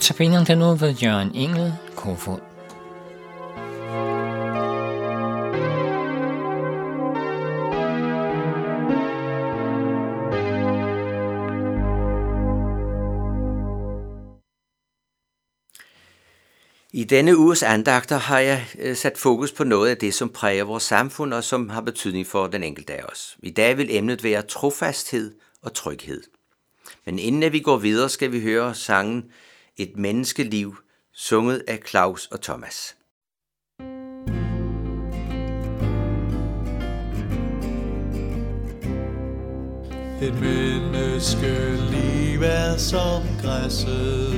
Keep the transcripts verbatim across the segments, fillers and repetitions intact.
Tabellen den nu ved Jørgen Engel Kofod. I denne uges andagter har jeg sat fokus på noget af det, som præger vores samfund og som har betydning for den enkelte af os. I dag vil emnet være trofasthed og tryghed. Men inden vi går videre, skal vi høre sangen Et menneskeliv, sunget af Claus og Thomas. Et menneskeliv er som græsset,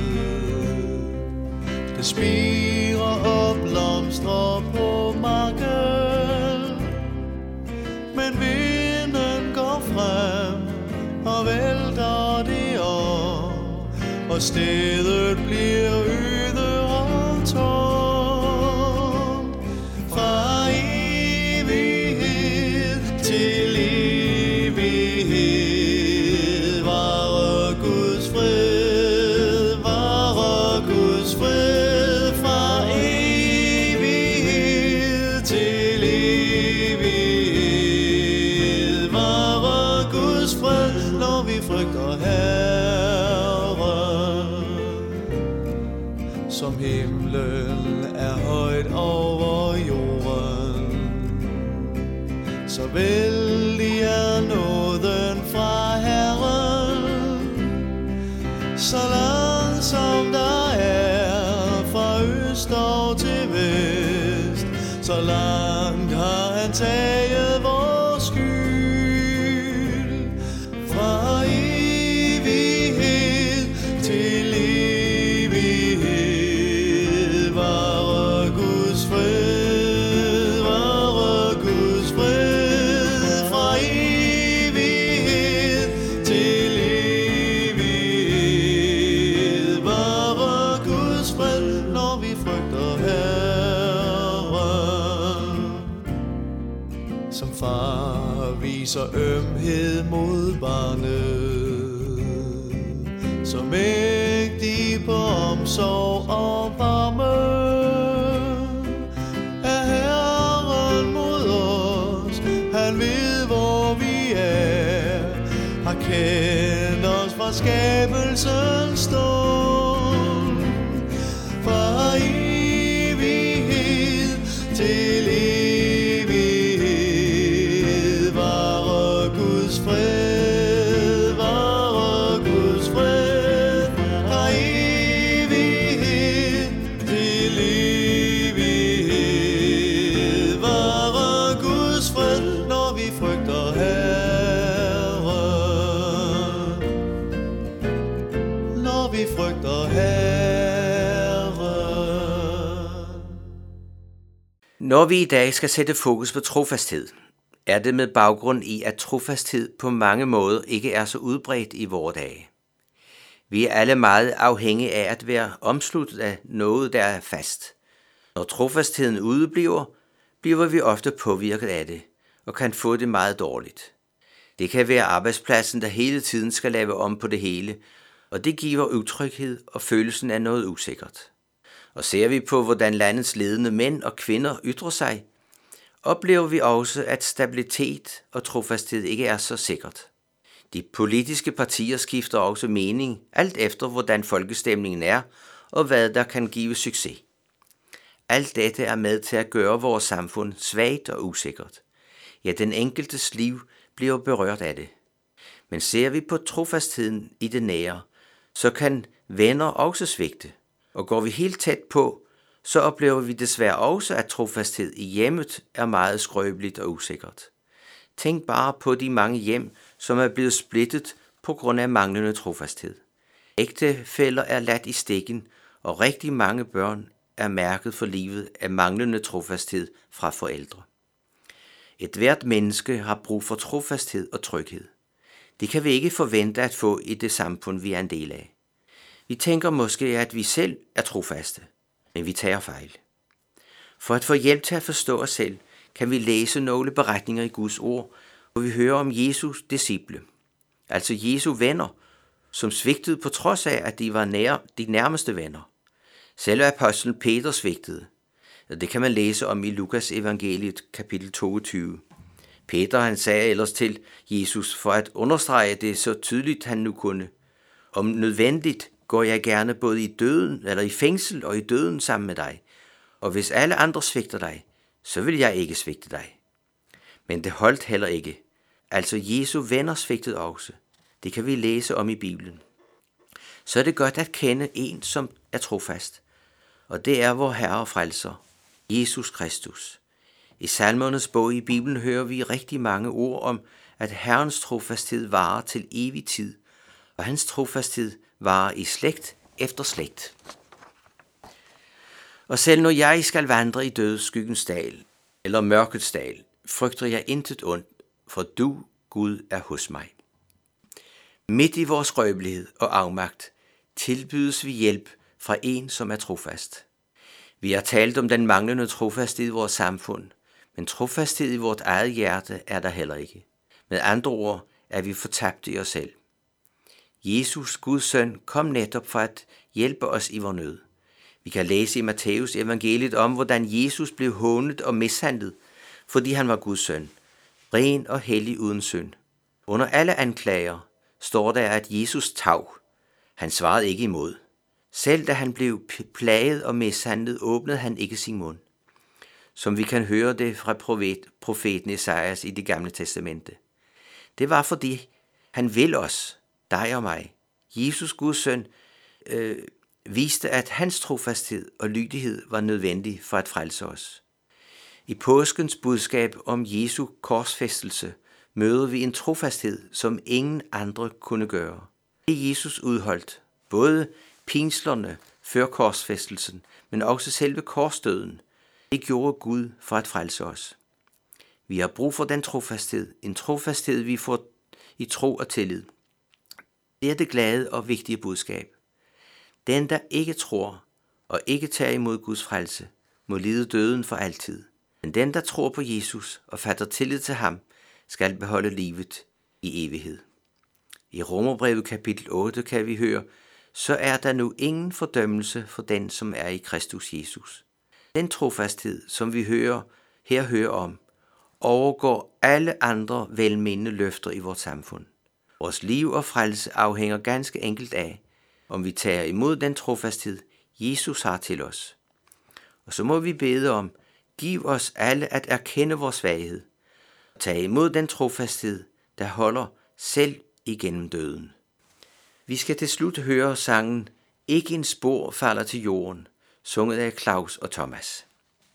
det spirer og blomstrer på marken, men vinden går frem og vælter det om, og stedet bliver øde og tomt. Fra evighed til evighed varer Guds fred, varer Guds fred. Fra evighed til evighed varer Guds fred, når vi frygter Herren. Som himlen er højt over jorden, så vældig er nåden fra Herren. Så langt som der er fra øst og til vest, så langt har han taget vores skyld. Fra evighed til evighed varer Guds fred, varer Guds fred. Fra evighed til evighed varer Guds fred, når vi frygter Herren. Som far viser ømhed mod barnet, så mægtig på omsorg og varme er Herren mod os. Han ved, hvor vi er, har kendt os fra skabelsens stund. Fra evighed til evighed varer Guds fred, varer Guds fred. Fra evighed til evighed varer Guds fred, når vi frygter Herren, når vi frygter Herren. Når vi i dag skal sætte fokus på trofasthed, er det med baggrund i, at trofasthed på mange måder ikke er så udbredt i vore dage. Vi er alle meget afhængige af at være omsluttet af noget, der er fast. Når trofastheden udebliver, bliver vi ofte påvirket af det og kan få det meget dårligt. Det kan være arbejdspladsen, der hele tiden skal lave om på det hele, og det giver utryghed og følelsen af noget usikkert. Og ser vi på, hvordan landets ledende mænd og kvinder ytrer sig, oplever vi også, at stabilitet og trofasthed ikke er så sikkert. De politiske partier skifter også mening, alt efter hvordan folkestemningen er, og hvad der kan give succes. Alt dette er med til at gøre vores samfund svagt og usikkert. Ja, den enkeltes liv bliver berørt af det. Men ser vi på trofastheden i det nære, så kan venner også svigte. Og går vi helt tæt på, så oplever vi desværre også, at trofasthed i hjemmet er meget skrøbeligt og usikkert. Tænk bare på de mange hjem, som er blevet splittet på grund af manglende trofasthed. Ægtefæller er ladt i stikken, og rigtig mange børn er mærket for livet af manglende trofasthed fra forældre. Et hvert menneske har brug for trofasthed og tryghed. Det kan vi ikke forvente at få i det samfund, vi er en del af. Vi tænker måske, at vi selv er trofaste, men vi tager fejl. For at få hjælp til at forstå os selv, kan vi læse nogle beretninger i Guds ord, hvor vi hører om Jesus disciple, altså Jesu venner, som svigtede på trods af, at de var nær, de nærmeste venner. Selv apostlen Peter svigtede. Det kan man læse om i Lukas evangeliet kapitel toogtyve. Peter han sagde ellers til Jesus for at understrege det så tydeligt han nu kunne: om nødvendigt går jeg gerne både i døden eller i fængsel og i døden sammen med dig. Og hvis alle andre svigter dig, så vil jeg ikke svigte dig. Men det holdt heller ikke. Altså Jesu venner svigtede også. Det kan vi læse om i Bibelen. Så er det godt at kende en, som er trofast. Og det er vor Herre og Frelser, Jesus Kristus. I Salmernes bog i Bibelen hører vi rigtig mange ord om, at Herrens trofasthed varer til evig tid, og hans trofasthed varer i slægt efter slægt. Og selv når jeg skal vandre i dødsskyggens dal, eller mørkets dal, frygter jeg intet ondt, for du, Gud, er hos mig. Midt i vores skrøbelighed og afmagt tilbydes vi hjælp fra en, som er trofast. Vi har talt om den manglende trofasthed i vores samfund, men trofasthed i vort eget hjerte er der heller ikke. Med andre ord er vi fortabte i os selv. Jesus, Guds søn, kom netop for at hjælpe os i vor nød. Vi kan læse i Matthæus evangeliet om, hvordan Jesus blev hånet og mishandlet, fordi han var Guds søn, ren og hellig uden synd. Under alle anklager står der, at Jesus tav. Han svarede ikke imod. Selv da han blev plaget og mishandlet, åbnede han ikke sin mund. Som vi kan høre det fra profeten Esajas i Det Gamle Testamente. Det var fordi han vil os, dig og mig. Jesus, Guds søn, øh, viste, at hans trofasthed og lydighed var nødvendig for at frelse os. I påskens budskab om Jesu korsfæstelse møder vi en trofasthed, som ingen andre kunne gøre. Det Jesus udholdt, både pinslerne før korsfæstelsen, men også selve korsdøden. Det gjorde Gud for at frelse os. Vi har brug for den trofasthed, en trofasthed vi får i tro og tillid. Det er det glade og vigtige budskab. Den, der ikke tror og ikke tager imod Guds frelse, må lide døden for altid. Men den, der tror på Jesus og fatter tillid til ham, skal beholde livet i evighed. I Romerbrevet kapitel otte kan vi høre, så er der nu ingen fordømmelse for den, som er i Kristus Jesus. Den trofasthed, som vi hører, her hører om, overgår alle andre velmenende løfter i vores samfund. Vores liv og frelse afhænger ganske enkelt af, om vi tager imod den trofasthed, Jesus har til os. Og så må vi bede om, giv os alle at erkende vores svaghed, og tage imod den trofasthed, der holder selv igennem døden. Vi skal til slut høre sangen Ikke en spor falder til jorden, sunget af Claus og Thomas.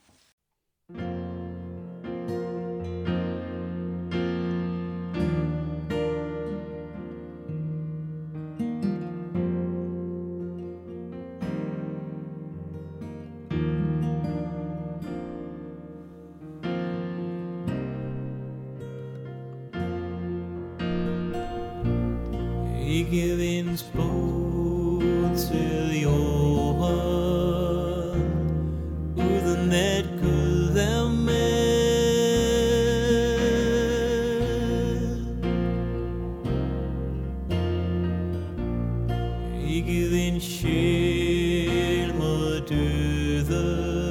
Ikke en spor til jorden, uden at Gud er med. Ikke en sjæl må døde,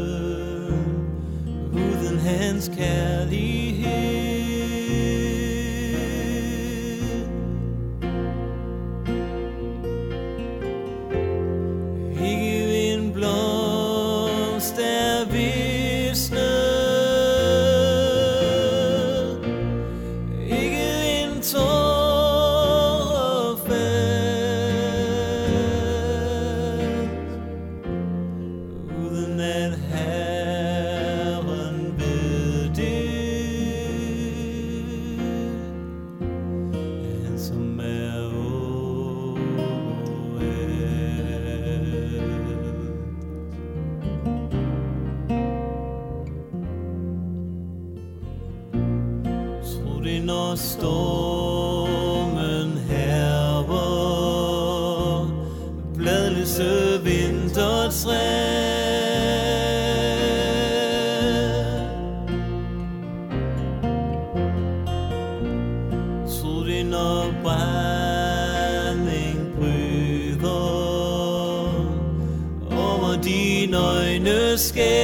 uden hans kærlighed. Når stormen hærger, bladløse vintertræer, tro det når brænding bryder øjne skær.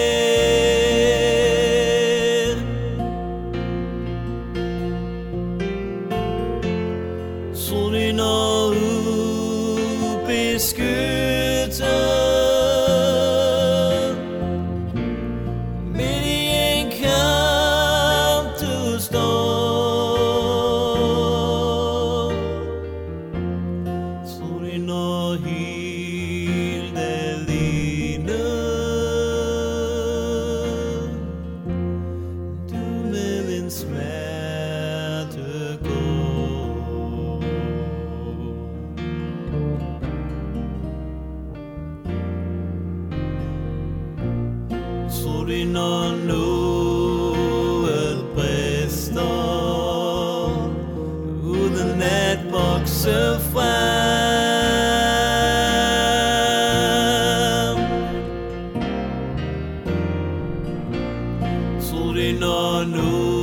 Solen er ubeskyttet, midt i en kamp du står. Solen er helt alene, du med en smerte går. Solen er noget brister, uden at vokse frem. Solen er noget